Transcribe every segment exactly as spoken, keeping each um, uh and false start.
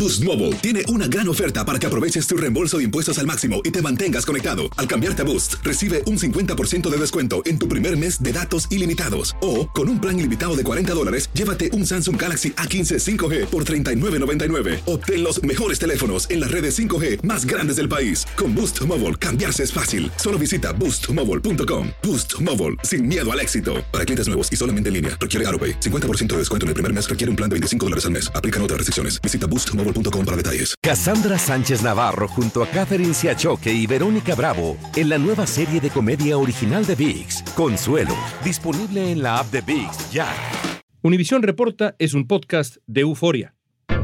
Boost Mobile tiene una gran oferta para que aproveches tu reembolso de impuestos al máximo y te mantengas conectado. Al cambiarte a Boost, recibe un cincuenta por ciento de descuento en tu primer mes de datos ilimitados. O, con un plan ilimitado de cuarenta dólares, llévate un Samsung Galaxy A quince cinco G por treinta y nueve noventa y nueve. Obtén los mejores teléfonos en las redes cinco G más grandes del país. Con Boost Mobile, cambiarse es fácil. Solo visita boost mobile punto com. Boost Mobile, sin miedo al éxito. Para clientes nuevos y solamente en línea, requiere AutoPay. cincuenta por ciento de descuento en el primer mes requiere un plan de veinticinco dólares al mes. Aplican otras restricciones. Visita boost mobile punto com para detalles. Cassandra Sánchez Navarro junto a Catherine Siachoque y Verónica Bravo en la nueva serie de comedia original de ViX, Consuelo, disponible en la app de ViX ya. Univisión Reporta es un podcast de Euforia.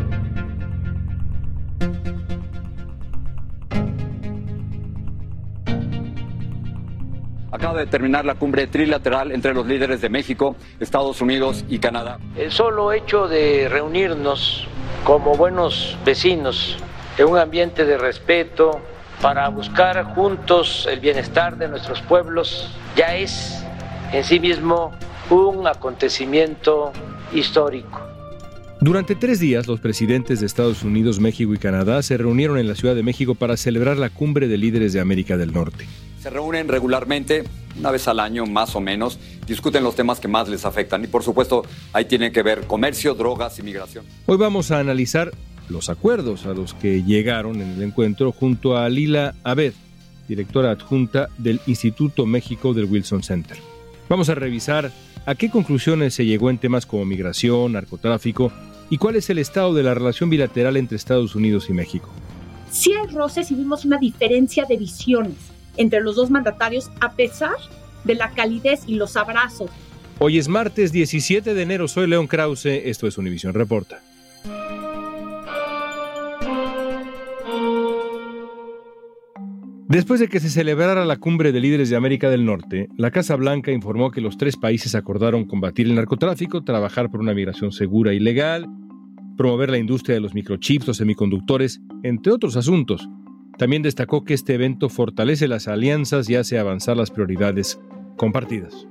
Acaba de terminar la cumbre trilateral entre los líderes de México, Estados Unidos y Canadá. El solo hecho de reunirnos como buenos vecinos en un ambiente de respeto para buscar juntos el bienestar de nuestros pueblos ya es en sí mismo un acontecimiento histórico. Durante tres días, los presidentes de Estados Unidos, México y Canadá se reunieron en la Ciudad de México para celebrar la cumbre de líderes de América del Norte. Se reúnen regularmente, una vez al año más o menos, discuten los temas que más les afectan y por supuesto ahí tiene que ver comercio, drogas y migración. Hoy vamos a analizar los acuerdos a los que llegaron en el encuentro junto a Lila Abed, directora adjunta del Instituto México del Wilson Center. Vamos a revisar a qué conclusiones se llegó en temas como migración, narcotráfico y cuál es el estado de la relación bilateral entre Estados Unidos y México. Sí hay roces y vimos una diferencia de visiones entre los dos mandatarios a pesar de la calidez y los abrazos. Hoy es martes diecisiete de enero, soy León Krause, esto es Univisión Reporta. Después de que se celebrara la cumbre de líderes de América del Norte, la Casa Blanca informó que los tres países acordaron combatir el narcotráfico, trabajar por una migración segura y legal, promover la industria de los microchips, los semiconductores, entre otros asuntos. También destacó que este evento fortalece las alianzas y hace avanzar las prioridades compartidas.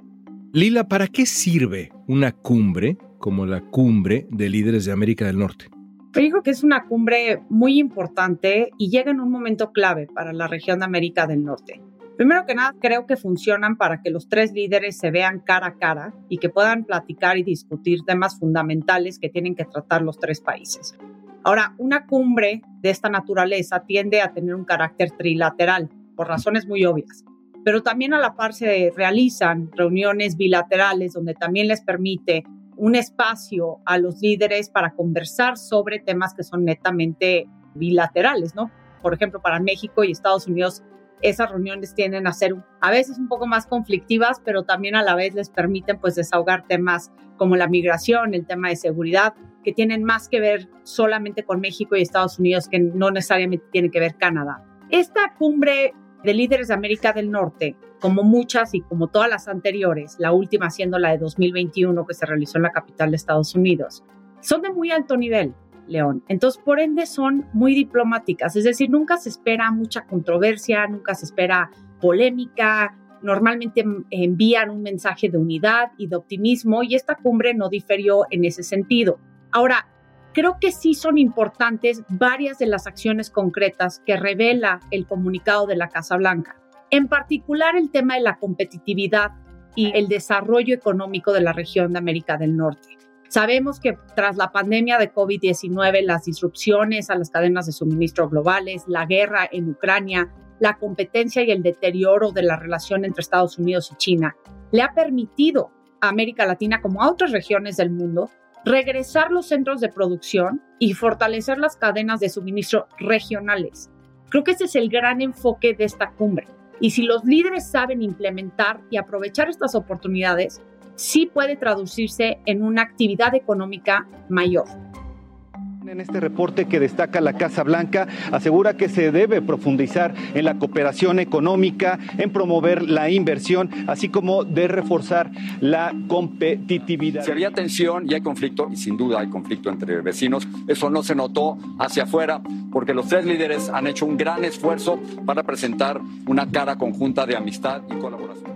Lila, ¿para qué sirve una cumbre como la cumbre de líderes de América del Norte? Yo digo que es una cumbre muy importante y llega en un momento clave para la región de América del Norte. Primero que nada, creo que funcionan para que los tres líderes se vean cara a cara y que puedan platicar y discutir temas fundamentales que tienen que tratar los tres países. Ahora, una cumbre de esta naturaleza tiende a tener un carácter trilateral, por razones muy obvias, pero también a la par se realizan reuniones bilaterales donde también les permite un espacio a los líderes para conversar sobre temas que son netamente bilaterales, ¿no? Por ejemplo, para México y Estados Unidos, esas reuniones tienden a ser a veces un poco más conflictivas, pero también a la vez les permiten pues desahogar temas como la migración, el tema de seguridad, que tienen más que ver solamente con México y Estados Unidos, que no necesariamente tienen que ver Canadá. Esta cumbre de líderes de América del Norte, como muchas y como todas las anteriores, la última siendo la de dos mil veintiuno que se realizó en la capital de Estados Unidos, son de muy alto nivel, León. Entonces, por ende, son muy diplomáticas. Es decir, nunca se espera mucha controversia, nunca se espera polémica. Normalmente envían un mensaje de unidad y de optimismo y esta cumbre no diferió en ese sentido. Ahora, creo que sí son importantes varias de las acciones concretas que revela el comunicado de la Casa Blanca. En particular, el tema de la competitividad y el desarrollo económico de la región de América del Norte. Sabemos que tras la pandemia de covid diecinueve, las disrupciones a las cadenas de suministro globales, la guerra en Ucrania, la competencia y el deterioro de la relación entre Estados Unidos y China, le ha permitido a América Latina, como a otras regiones del mundo, regresar los centros de producción y fortalecer las cadenas de suministro regionales. Creo que ese es el gran enfoque de esta cumbre. Y si los líderes saben implementar y aprovechar estas oportunidades, sí puede traducirse en una actividad económica mayor. En este reporte que destaca la Casa Blanca, asegura que se debe profundizar en la cooperación económica, en promover la inversión, así como de reforzar la competitividad. Si había tensión y hay conflicto, y sin duda hay conflicto entre vecinos, eso no se notó hacia afuera, porque los tres líderes han hecho un gran esfuerzo para presentar una cara conjunta de amistad y colaboración.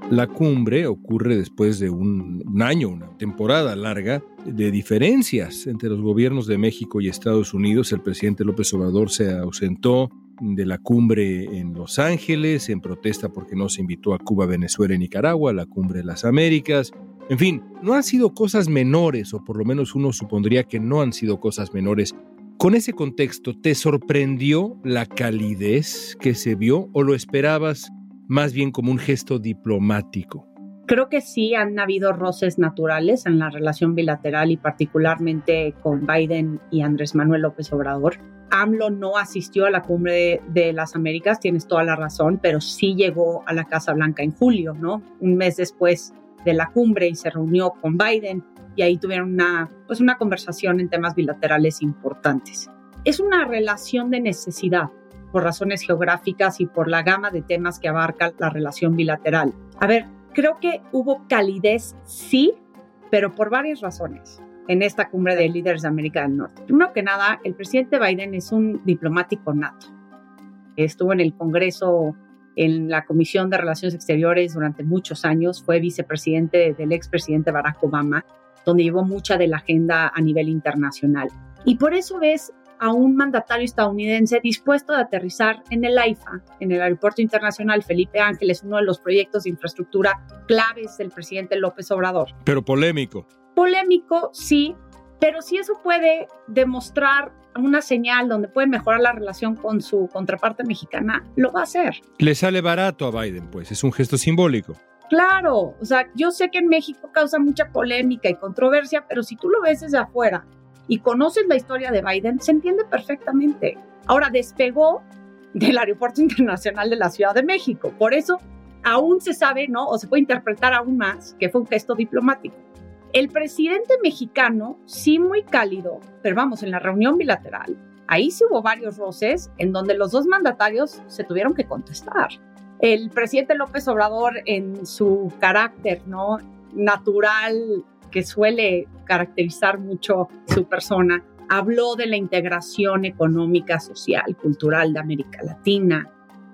La cumbre ocurre después de un, un año, una temporada larga de diferencias entre los gobiernos de México y Estados Unidos. El presidente López Obrador se ausentó de la cumbre en Los Ángeles en protesta porque no se invitó a Cuba, Venezuela y Nicaragua, la cumbre de las Américas. En fin, no han sido cosas menores, o por lo menos uno supondría que no han sido cosas menores. Con ese contexto, ¿te sorprendió la calidez que se vio o lo esperabas más bien como un gesto diplomático? Creo que sí han habido roces naturales en la relación bilateral y particularmente con Biden y Andrés Manuel López Obrador. AMLO no asistió a la cumbre de, de las Américas, tienes toda la razón, pero sí llegó a la Casa Blanca en julio, ¿no? Un mes después de la cumbre y se reunió con Biden y ahí tuvieron una, pues una conversación en temas bilaterales importantes. Es una relación de necesidad por razones geográficas y por la gama de temas que abarca la relación bilateral. A ver, creo que hubo calidez, sí, pero por varias razones en esta cumbre de líderes de América del Norte. Primero que nada, el presidente Biden es un diplomático nato. Estuvo en el Congreso, en la Comisión de Relaciones Exteriores durante muchos años, fue vicepresidente del expresidente Barack Obama, donde llevó mucha de la agenda a nivel internacional. Y por eso ves a un mandatario estadounidense dispuesto a aterrizar en el AIFA, en el Aeropuerto Internacional Felipe Ángeles, uno de los proyectos de infraestructura claves del presidente López Obrador. Pero polémico. Polémico, sí, pero si eso puede demostrar una señal donde puede mejorar la relación con su contraparte mexicana, lo va a hacer. Le sale barato a Biden, pues, es un gesto simbólico. Claro, o sea, yo sé que en México causa mucha polémica y controversia, pero si tú lo ves desde afuera y conoces la historia de Biden, se entiende perfectamente. Ahora, despegó del Aeropuerto Internacional de la Ciudad de México. Por eso, aún se sabe, ¿no? O se puede interpretar aún más que fue un gesto diplomático. El presidente mexicano, sí muy cálido, pero vamos, en la reunión bilateral, ahí sí hubo varios roces en donde los dos mandatarios se tuvieron que contestar. El presidente López Obrador, en su carácter, ¿no?, natural, que suele caracterizar mucho su persona, habló de la integración económica, social, cultural de América Latina,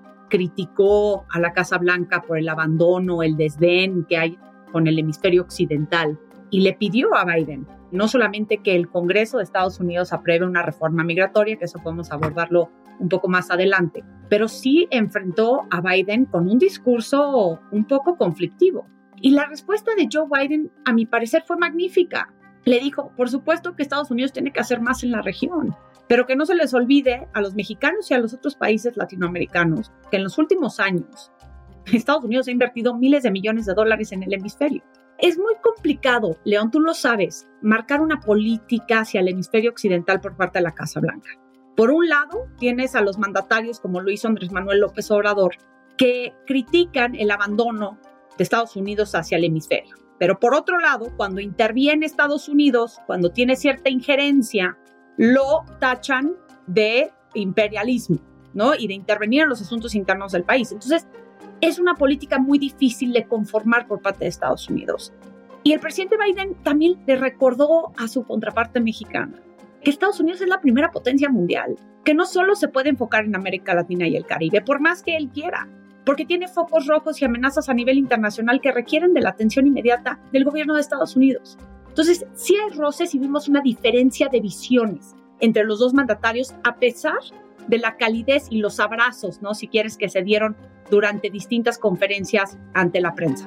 criticó a la Casa Blanca por el abandono, el desdén que hay con el hemisferio occidental y le pidió a Biden no solamente que el Congreso de Estados Unidos apruebe una reforma migratoria, que eso podemos abordarlo un poco más adelante, pero sí enfrentó a Biden con un discurso un poco conflictivo. Y la respuesta de Joe Biden, a mi parecer, fue magnífica. Le dijo, por supuesto que Estados Unidos tiene que hacer más en la región, pero que no se les olvide a los mexicanos y a los otros países latinoamericanos que en los últimos años Estados Unidos ha invertido miles de millones de dólares en el hemisferio. Es muy complicado, León, tú lo sabes, marcar una política hacia el hemisferio occidental por parte de la Casa Blanca. Por un lado, tienes a los mandatarios, como lo hizo Andrés Manuel López Obrador, que critican el abandono de Estados Unidos hacia el hemisferio. Pero por otro lado, cuando interviene Estados Unidos, cuando tiene cierta injerencia, lo tachan de imperialismo, ¿no? Y de intervenir en los asuntos internos del país. Entonces, es una política muy difícil de conformar por parte de Estados Unidos. Y el presidente Biden también le recordó a su contraparte mexicana que Estados Unidos es la primera potencia mundial, que no solo se puede enfocar en América Latina y el Caribe, por más que él quiera, porque tiene focos rojos y amenazas a nivel internacional que requieren de la atención inmediata del gobierno de Estados Unidos. Entonces, sí hay roces y vimos una diferencia de visiones entre los dos mandatarios, a pesar de la calidez y los abrazos, ¿no?, si quieres, que se dieron durante distintas conferencias ante la prensa.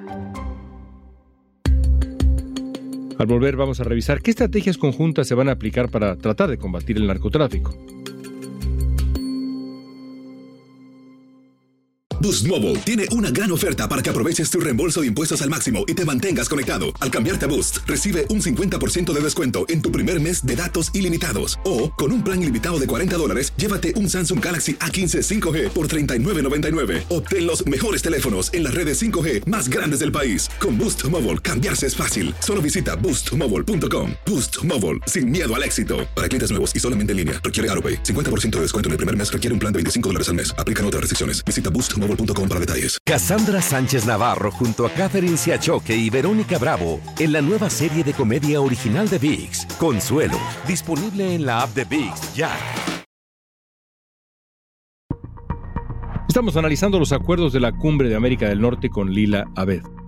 Al volver vamos a revisar qué estrategias conjuntas se van a aplicar para tratar de combatir el narcotráfico. Boost Mobile tiene una gran oferta para que aproveches tu reembolso de impuestos al máximo y te mantengas conectado. Al cambiarte a Boost, recibe un cincuenta por ciento de descuento en tu primer mes de datos ilimitados. O, con un plan ilimitado de cuarenta dólares, llévate un Samsung Galaxy A quince cinco G por treinta y nueve noventa y nueve. Obtén los mejores teléfonos en las redes cinco G más grandes del país. Con Boost Mobile, cambiarse es fácil. Solo visita boost mobile punto com. Boost Mobile, sin miedo al éxito. Para clientes nuevos y solamente en línea, requiere AutoPay. cincuenta por ciento de descuento en el primer mes requiere un plan de veinticinco dólares al mes. Aplican otras restricciones. Visita boost mobile punto com para detalles. Cassandra Sánchez Navarro junto a Catherine Siachoque y Verónica Bravo en la nueva serie de comedia original de ViX, Consuelo, disponible en la app de ViX ya. Estamos analizando los acuerdos de la Cumbre de América del Norte con Lila Abed.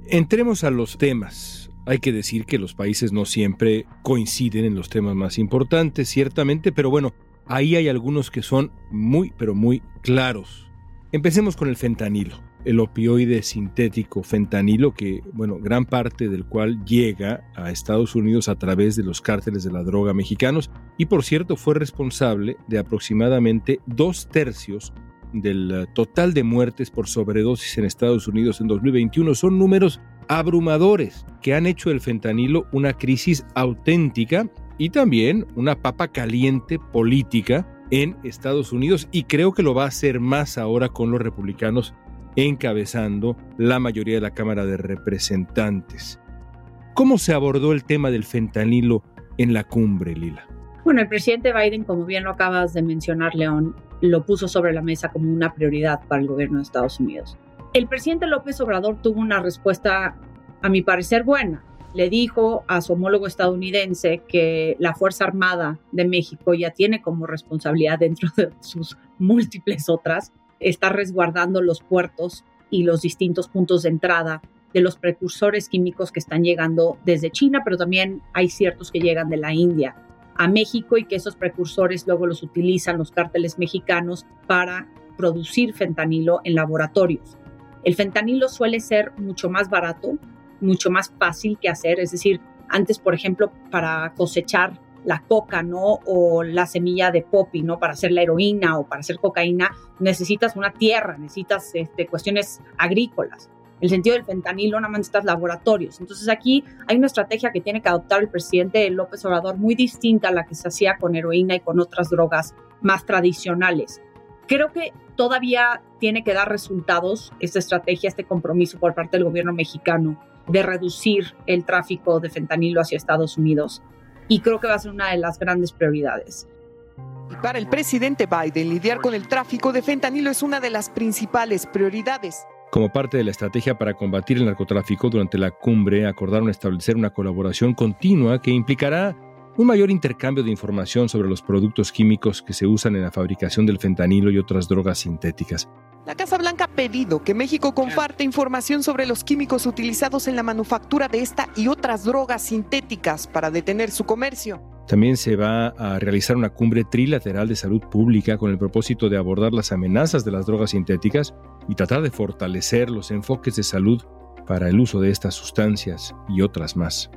Entremos a los temas. Hay que decir que los países no siempre coinciden en los temas más importantes, ciertamente, pero bueno, ahí hay algunos que son muy, pero muy claros. Empecemos con el fentanilo, el opioide sintético fentanilo que, bueno, gran parte del cual llega a Estados Unidos a través de los cárteles de la droga mexicanos y, por cierto, fue responsable de aproximadamente dos tercios del total de muertes por sobredosis en Estados Unidos en dos mil veintiuno. Son números abrumadores que han hecho el fentanilo una crisis auténtica y también una papa caliente política en Estados Unidos, y creo que lo va a hacer más ahora con los republicanos encabezando la mayoría de la Cámara de Representantes. ¿Cómo se abordó el tema del fentanilo en la cumbre, Lila? Bueno, el presidente Biden, como bien lo acabas de mencionar, León, lo puso sobre la mesa como una prioridad para el gobierno de Estados Unidos. El presidente López Obrador tuvo una respuesta, a mi parecer, buena. Le dijo a su homólogo estadounidense que la Fuerza Armada de México ya tiene como responsabilidad, dentro de sus múltiples otras, estar resguardando los puertos y los distintos puntos de entrada de los precursores químicos que están llegando desde China, pero también hay ciertos que llegan de la India a México y que esos precursores luego los utilizan los cárteles mexicanos para producir fentanilo en laboratorios. El fentanilo suele ser mucho más barato, mucho más fácil que hacer, es decir, antes, por ejemplo, para cosechar la coca, ¿no? O la semilla de poppy, ¿no? Para hacer la heroína o para hacer cocaína, necesitas una tierra, necesitas este, cuestiones agrícolas. El sentido del fentanilo nada más necesitas laboratorios. Entonces aquí hay una estrategia que tiene que adoptar el presidente López Obrador muy distinta a la que se hacía con heroína y con otras drogas más tradicionales. Creo que todavía tiene que dar resultados esta estrategia, este compromiso por parte del gobierno mexicano de reducir el tráfico de fentanilo hacia Estados Unidos. Y creo que va a ser una de las grandes prioridades. Y para el presidente Biden, lidiar con el tráfico de fentanilo es una de las principales prioridades. Como parte de la estrategia para combatir el narcotráfico, durante la cumbre acordaron establecer una colaboración continua que implicará un mayor intercambio de información sobre los productos químicos que se usan en la fabricación del fentanilo y otras drogas sintéticas. La Casa Blanca ha pedido que México comparte información sobre los químicos utilizados en la manufactura de esta y otras drogas sintéticas para detener su comercio. También se va a realizar una cumbre trilateral de salud pública con el propósito de abordar las amenazas de las drogas sintéticas y tratar de fortalecer los enfoques de salud para el uso de estas sustancias y otras más.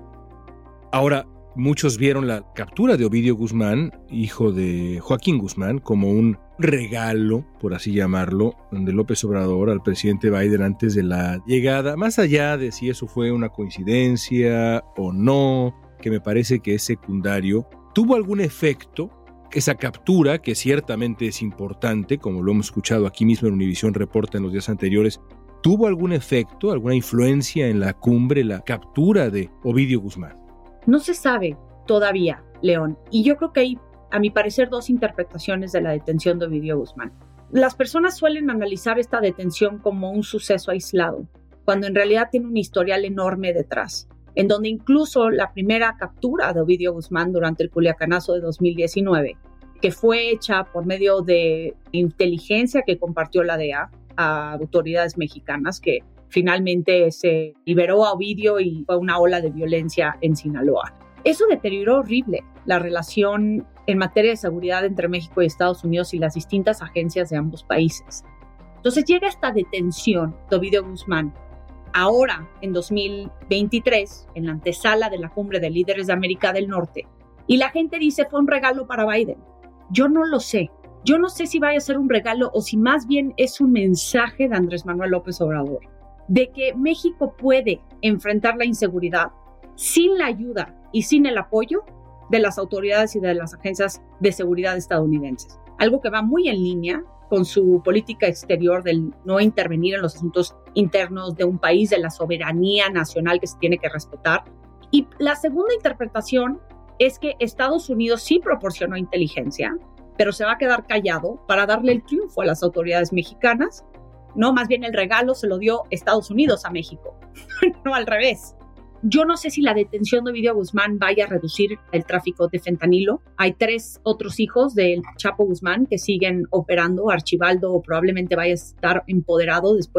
Ahora, muchos vieron la captura de Ovidio Guzmán, hijo de Joaquín Guzmán, como un regalo, por así llamarlo, de López Obrador al presidente Biden antes de la llegada, más allá de si eso fue una coincidencia o no, que me parece que es secundario. ¿Tuvo algún efecto esa captura, que ciertamente es importante, como lo hemos escuchado aquí mismo en Univisión Reporta en los días anteriores? ¿Tuvo algún efecto, alguna influencia en la cumbre, la captura de Ovidio Guzmán? No se sabe todavía, León, y yo creo que hay, a mi parecer, dos interpretaciones de la detención de Ovidio Guzmán. Las personas suelen analizar esta detención como un suceso aislado, cuando en realidad tiene un historial enorme detrás, en donde incluso la primera captura de Ovidio Guzmán durante el Culiacanazo de dos mil diecinueve, que fue hecha por medio de inteligencia que compartió la D E A a autoridades mexicanas, que finalmente se liberó a Ovidio y fue una ola de violencia en Sinaloa. Eso deterioró horrible la relación en materia de seguridad entre México y Estados Unidos y las distintas agencias de ambos países. Entonces llega esta detención de Ovidio Guzmán ahora, en dos mil veintitrés, en la antesala de la cumbre de líderes de América del Norte, y la gente dice fue un regalo para Biden. Yo no lo sé. Yo no sé si vaya a ser un regalo o si más bien es un mensaje de Andrés Manuel López Obrador de que México puede enfrentar la inseguridad sin la ayuda y sin el apoyo de las autoridades y de las agencias de seguridad estadounidenses. Algo que va muy en línea con su política exterior del no intervenir en los asuntos internos de un país, de la soberanía nacional que se tiene que respetar. Y la segunda interpretación es que Estados Unidos sí proporcionó inteligencia, pero se va a quedar callado para darle el triunfo a las autoridades mexicanas. No, más bien el regalo se lo dio Estados Unidos a México, no al revés. Yo no sé si la detención de Ovidio Guzmán vaya a reducir el tráfico de fentanilo. Hay tres otros hijos del Chapo Guzmán que siguen operando. Archibaldo probablemente vaya a estar empoderado después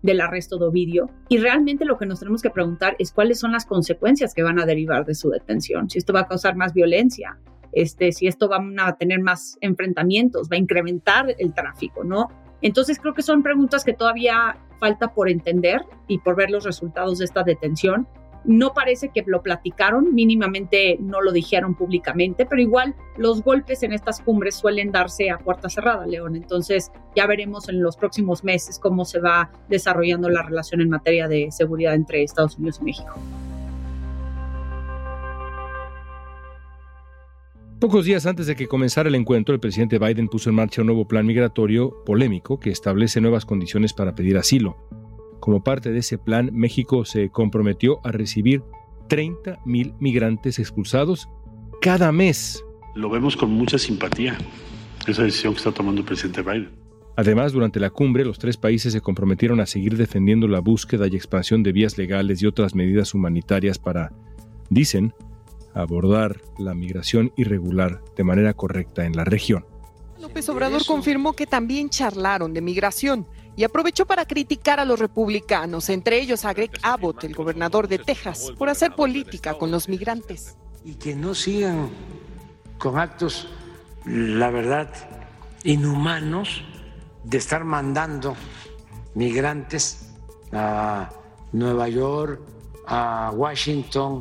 del arresto de Ovidio, y realmente lo que nos tenemos que preguntar es cuáles son las consecuencias que van a derivar de su detención, si esto va a causar más violencia, este, si esto va a tener más enfrentamientos, va a incrementar el tráfico, ¿no? Entonces creo que son preguntas que todavía falta por entender y por ver los resultados de esta detención. No parece que lo platicaron, mínimamente no lo dijeron públicamente, pero igual los golpes en estas cumbres suelen darse a puerta cerrada, León. Entonces ya veremos en los próximos meses cómo se va desarrollando la relación en materia de seguridad entre Estados Unidos y México. Pocos días antes de que comenzara el encuentro, el presidente Biden puso en marcha un nuevo plan migratorio polémico que establece nuevas condiciones para pedir asilo. Como parte de ese plan, México se comprometió a recibir treinta mil migrantes expulsados cada mes. Lo vemos con mucha simpatía, esa decisión que está tomando el presidente Biden. Además, durante la cumbre, los tres países se comprometieron a seguir defendiendo la búsqueda y expansión de vías legales y otras medidas humanitarias para, dicen, abordar la migración irregular de manera correcta en la región. López Obrador confirmó que también charlaron de migración y aprovechó para criticar a los republicanos, entre ellos a Greg Abbott, el gobernador de Texas, por hacer política con los migrantes. Y que no sigan con actos, la verdad, inhumanos de estar mandando migrantes a Nueva York, a Washington,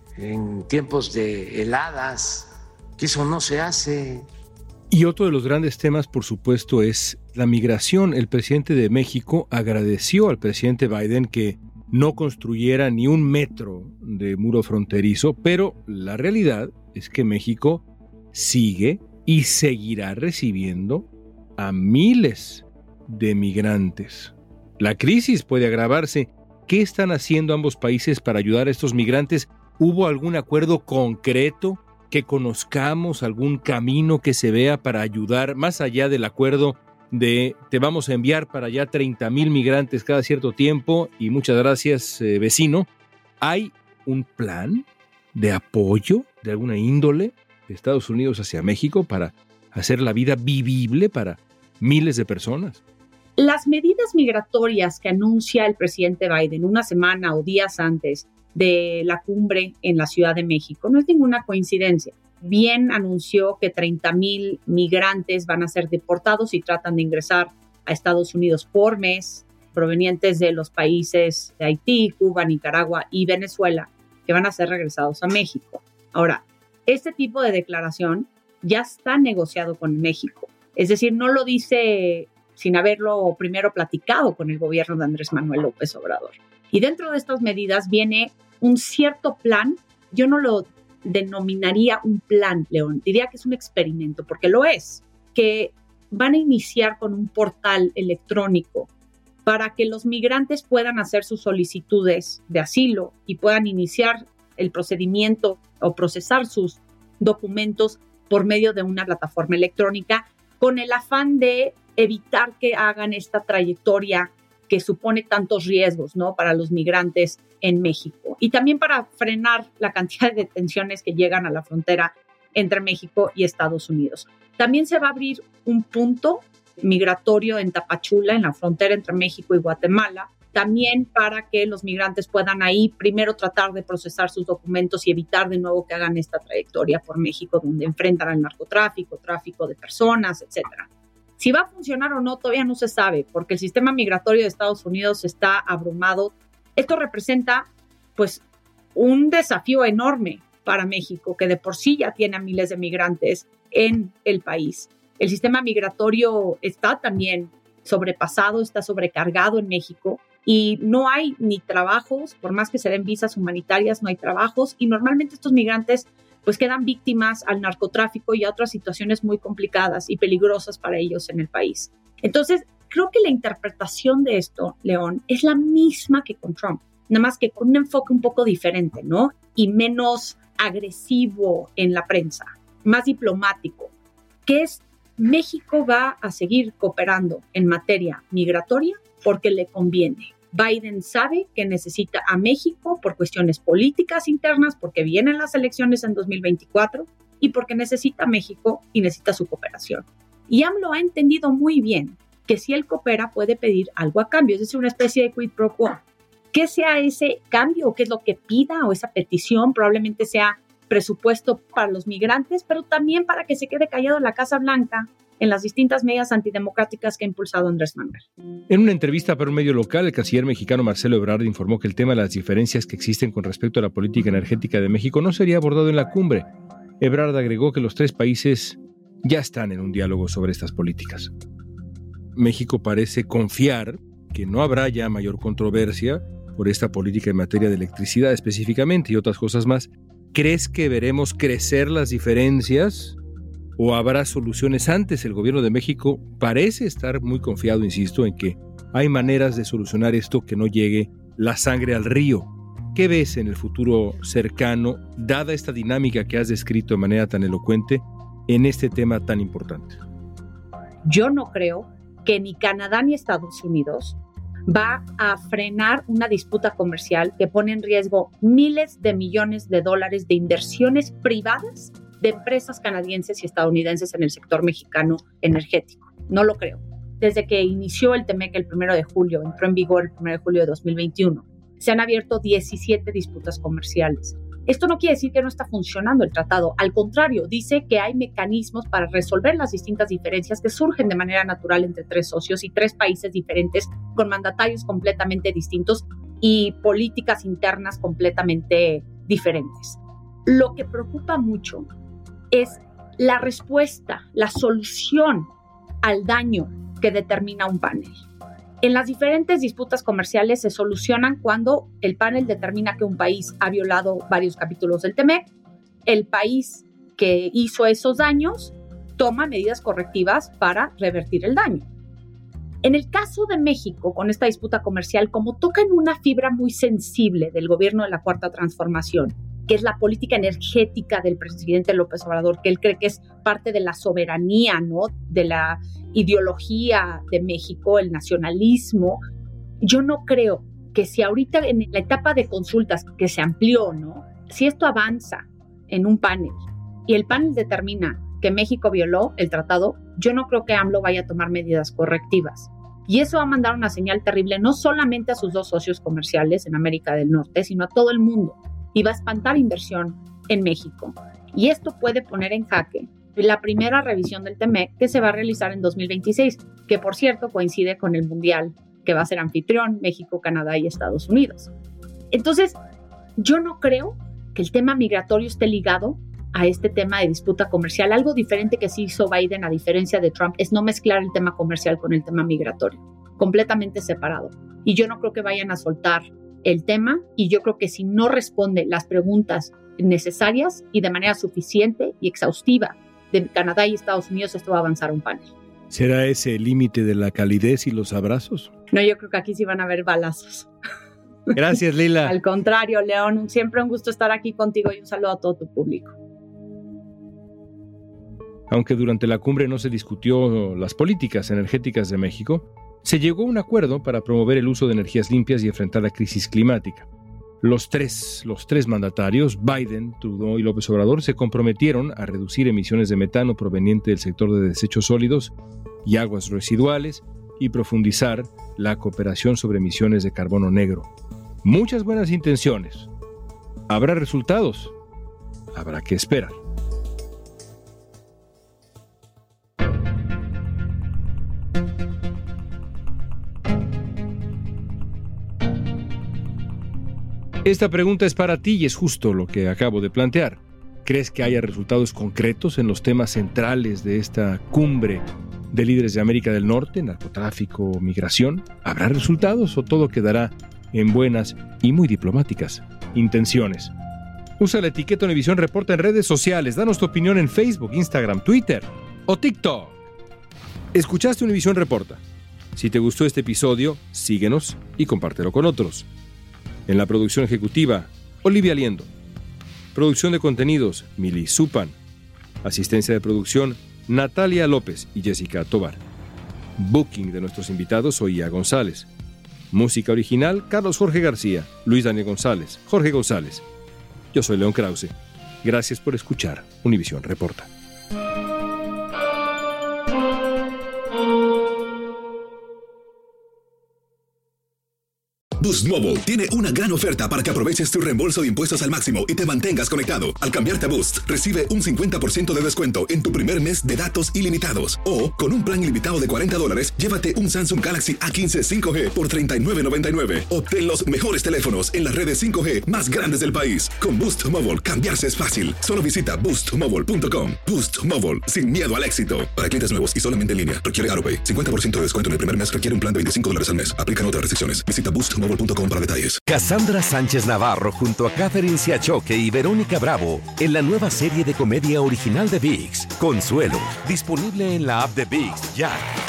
en tiempos de heladas, que eso no se hace. Y otro de los grandes temas, por supuesto, es la migración. El presidente de México agradeció al presidente Biden que no construyera ni un metro de muro fronterizo, pero la realidad es que México sigue y seguirá recibiendo a miles de migrantes. La crisis puede agravarse. ¿Qué están haciendo ambos países para ayudar a estos migrantes? ¿Hubo algún acuerdo concreto que conozcamos, algún camino que se vea para ayudar más allá del acuerdo de te vamos a enviar para allá treinta mil migrantes cada cierto tiempo y muchas gracias, eh, vecino? ¿Hay un plan de apoyo de alguna índole de Estados Unidos hacia México para hacer la vida vivible para miles de personas? Las medidas migratorias que anuncia el presidente Biden una semana o días antes de la cumbre en la Ciudad de México no es ninguna coincidencia. Bien anunció que treinta mil migrantes van a ser deportados y tratan de ingresar a Estados Unidos por mes, provenientes de los países de Haití, Cuba, Nicaragua y Venezuela, que van a ser regresados a México. Ahora, este tipo de declaración ya está negociado con México. Es decir, no lo dice sin haberlo primero platicado con el gobierno de Andrés Manuel López Obrador. Y dentro de estas medidas viene un cierto plan. Yo no lo denominaría un plan, León, diría que es un experimento, porque lo es, que van a iniciar con un portal electrónico para que los migrantes puedan hacer sus solicitudes de asilo y puedan iniciar el procedimiento o procesar sus documentos por medio de una plataforma electrónica, con el afán de evitar que hagan esta trayectoria que supone tantos riesgos, ¿no?, para los migrantes en México. Y también para frenar la cantidad de detenciones que llegan a la frontera entre México y Estados Unidos. También se va a abrir un punto migratorio en Tapachula, en la frontera entre México y Guatemala, también para que los migrantes puedan ahí primero tratar de procesar sus documentos y evitar de nuevo que hagan esta trayectoria por México, donde enfrentan al narcotráfico, tráfico de personas, etcétera. Si va a funcionar o no, todavía no se sabe, porque el sistema migratorio de Estados Unidos está abrumado. Esto representa, pues, un desafío enorme para México, que de por sí ya tiene a miles de migrantes en el país. El sistema migratorio está también sobrepasado, está sobrecargado en México y no hay ni trabajos, por más que se den visas humanitarias, no hay trabajos y normalmente estos migrantes pues quedan víctimas al narcotráfico y a otras situaciones muy complicadas y peligrosas para ellos en el país. Entonces, creo que la interpretación de esto, León, es la misma que con Trump, nada más que con un enfoque un poco diferente, ¿no? Y menos agresivo en la prensa, más diplomático, que es México va a seguir cooperando en materia migratoria porque le conviene. Biden sabe que necesita a México por cuestiones políticas internas, porque vienen las elecciones en dos mil veinticuatro y porque necesita a México y necesita su cooperación. Y AMLO ha entendido muy bien que si él coopera puede pedir algo a cambio, es decir, una especie de quid pro quo. ¿Qué sea ese cambio? ¿Qué es lo que pida o esa petición? Probablemente sea presupuesto para los migrantes, pero también para que se quede callado en la Casa Blanca en las distintas medidas antidemocráticas que ha impulsado Andrés Manuel. En una entrevista para un medio local, el canciller mexicano Marcelo Ebrard informó que el tema de las diferencias que existen con respecto a la política energética de México no sería abordado en la cumbre. Ebrard agregó que los tres países ya están en un diálogo sobre estas políticas. México parece confiar que no habrá ya mayor controversia por esta política en materia de electricidad específicamente y otras cosas más. ¿Crees que veremos crecer las diferencias o habrá soluciones antes? El gobierno de México parece estar muy confiado, insisto, en que hay maneras de solucionar esto, que no llegue la sangre al río. ¿Qué ves en el futuro cercano, dada esta dinámica que has descrito de manera tan elocuente en este tema tan importante? Yo no creo que ni Canadá ni Estados Unidos va a frenar una disputa comercial que pone en riesgo miles de millones de dólares de inversiones privadas de empresas canadienses y estadounidenses en el sector mexicano energético. No lo creo. Desde que inició el TEMEC el primero de julio, entró en vigor el primero de julio de dos mil veintiuno, se han abierto diecisiete disputas comerciales. Esto no quiere decir que no está funcionando el tratado. Al contrario, dice que hay mecanismos para resolver las distintas diferencias que surgen de manera natural entre tres socios y tres países diferentes con mandatarios completamente distintos y políticas internas completamente diferentes. Lo que preocupa mucho es la respuesta, la solución al daño que determina un panel. En las diferentes disputas comerciales se solucionan cuando el panel determina que un país ha violado varios capítulos del TEMEC. El país que hizo esos daños toma medidas correctivas para revertir el daño. En el caso de México, con esta disputa comercial, como toca en una fibra muy sensible del gobierno de la Cuarta Transformación, que es la política energética del presidente López Obrador, que él cree que es parte de la soberanía, ¿no?, de la ideología de México, el nacionalismo. Yo no creo que si ahorita en la etapa de consultas que se amplió, ¿no?, si esto avanza en un panel y el panel determina que México violó el tratado, yo no creo que AMLO vaya a tomar medidas correctivas. Y eso va a mandar una señal terrible no solamente a sus dos socios comerciales en América del Norte, sino a todo el mundo. Y va a espantar inversión en México. Y esto puede poner en jaque la primera revisión del TEMEC que se va a realizar en dos mil veintiséis, que por cierto coincide con el Mundial que va a ser anfitrión México, Canadá y Estados Unidos. Entonces, yo no creo que el tema migratorio esté ligado a este tema de disputa comercial. Algo diferente que sí hizo Biden, a diferencia de Trump, es no mezclar el tema comercial con el tema migratorio, completamente separado. Y yo no creo que vayan a soltar el tema, y yo creo que si no responde las preguntas necesarias y de manera suficiente y exhaustiva de Canadá y Estados Unidos, esto va a avanzar a un panel. ¿Será ese el límite de la calidez y los abrazos? No, yo creo que aquí sí van a haber balazos. Gracias, Lila. Al contrario, León, siempre un gusto estar aquí contigo y un saludo a todo tu público. Aunque durante la cumbre no se discutió las políticas energéticas de México, se llegó a un acuerdo para promover el uso de energías limpias y enfrentar la crisis climática. Los tres, los tres mandatarios, Biden, Trudeau y López Obrador, se comprometieron a reducir emisiones de metano proveniente del sector de desechos sólidos y aguas residuales y profundizar la cooperación sobre emisiones de carbono negro. Muchas buenas intenciones. ¿Habrá resultados? Habrá que esperar. Esta pregunta es para ti y es justo lo que acabo de plantear. ¿Crees que haya resultados concretos en los temas centrales de esta cumbre de líderes de América del Norte, narcotráfico, migración? ¿Habrá resultados o todo quedará en buenas y muy diplomáticas intenciones? Usa la etiqueta Univisión Reporta en redes sociales. Danos tu opinión en Facebook, Instagram, Twitter o TikTok. Escuchaste Univisión Reporta. Si te gustó este episodio, síguenos y compártelo con otros. En la producción ejecutiva, Olivia Liendo. Producción de contenidos, Mili Supan. Asistencia de producción, Natalia López y Jessica Tovar. Booking de nuestros invitados, Oía González. Música original, Carlos Jorge García, Luis Daniel González, Jorge González. Yo soy León Krause. Gracias por escuchar Univisión Reporta. Boost Mobile tiene una gran oferta para que aproveches tu reembolso de impuestos al máximo y te mantengas conectado. Al cambiarte a Boost, recibe un cincuenta por ciento de descuento en tu primer mes de datos ilimitados. O, con un plan ilimitado de cuarenta dólares, llévate un Samsung Galaxy A quince cinco G por treinta y nueve noventa y nueve. Obtén los mejores teléfonos en las redes cinco G más grandes del país. Con Boost Mobile, cambiarse es fácil. Solo visita boost mobile punto com. Boost Mobile, sin miedo al éxito. Para clientes nuevos y solamente en línea, requiere AutoPay. cincuenta por ciento de descuento en el primer mes requiere un plan de veinticinco dólares al mes. Aplican otras restricciones. Visita boost mobile punto com para detalles. Cassandra Sánchez Navarro junto a Catherine Siachoque y Verónica Bravo en la nueva serie de comedia original de ViX, Consuelo, disponible en la app de ViX ya.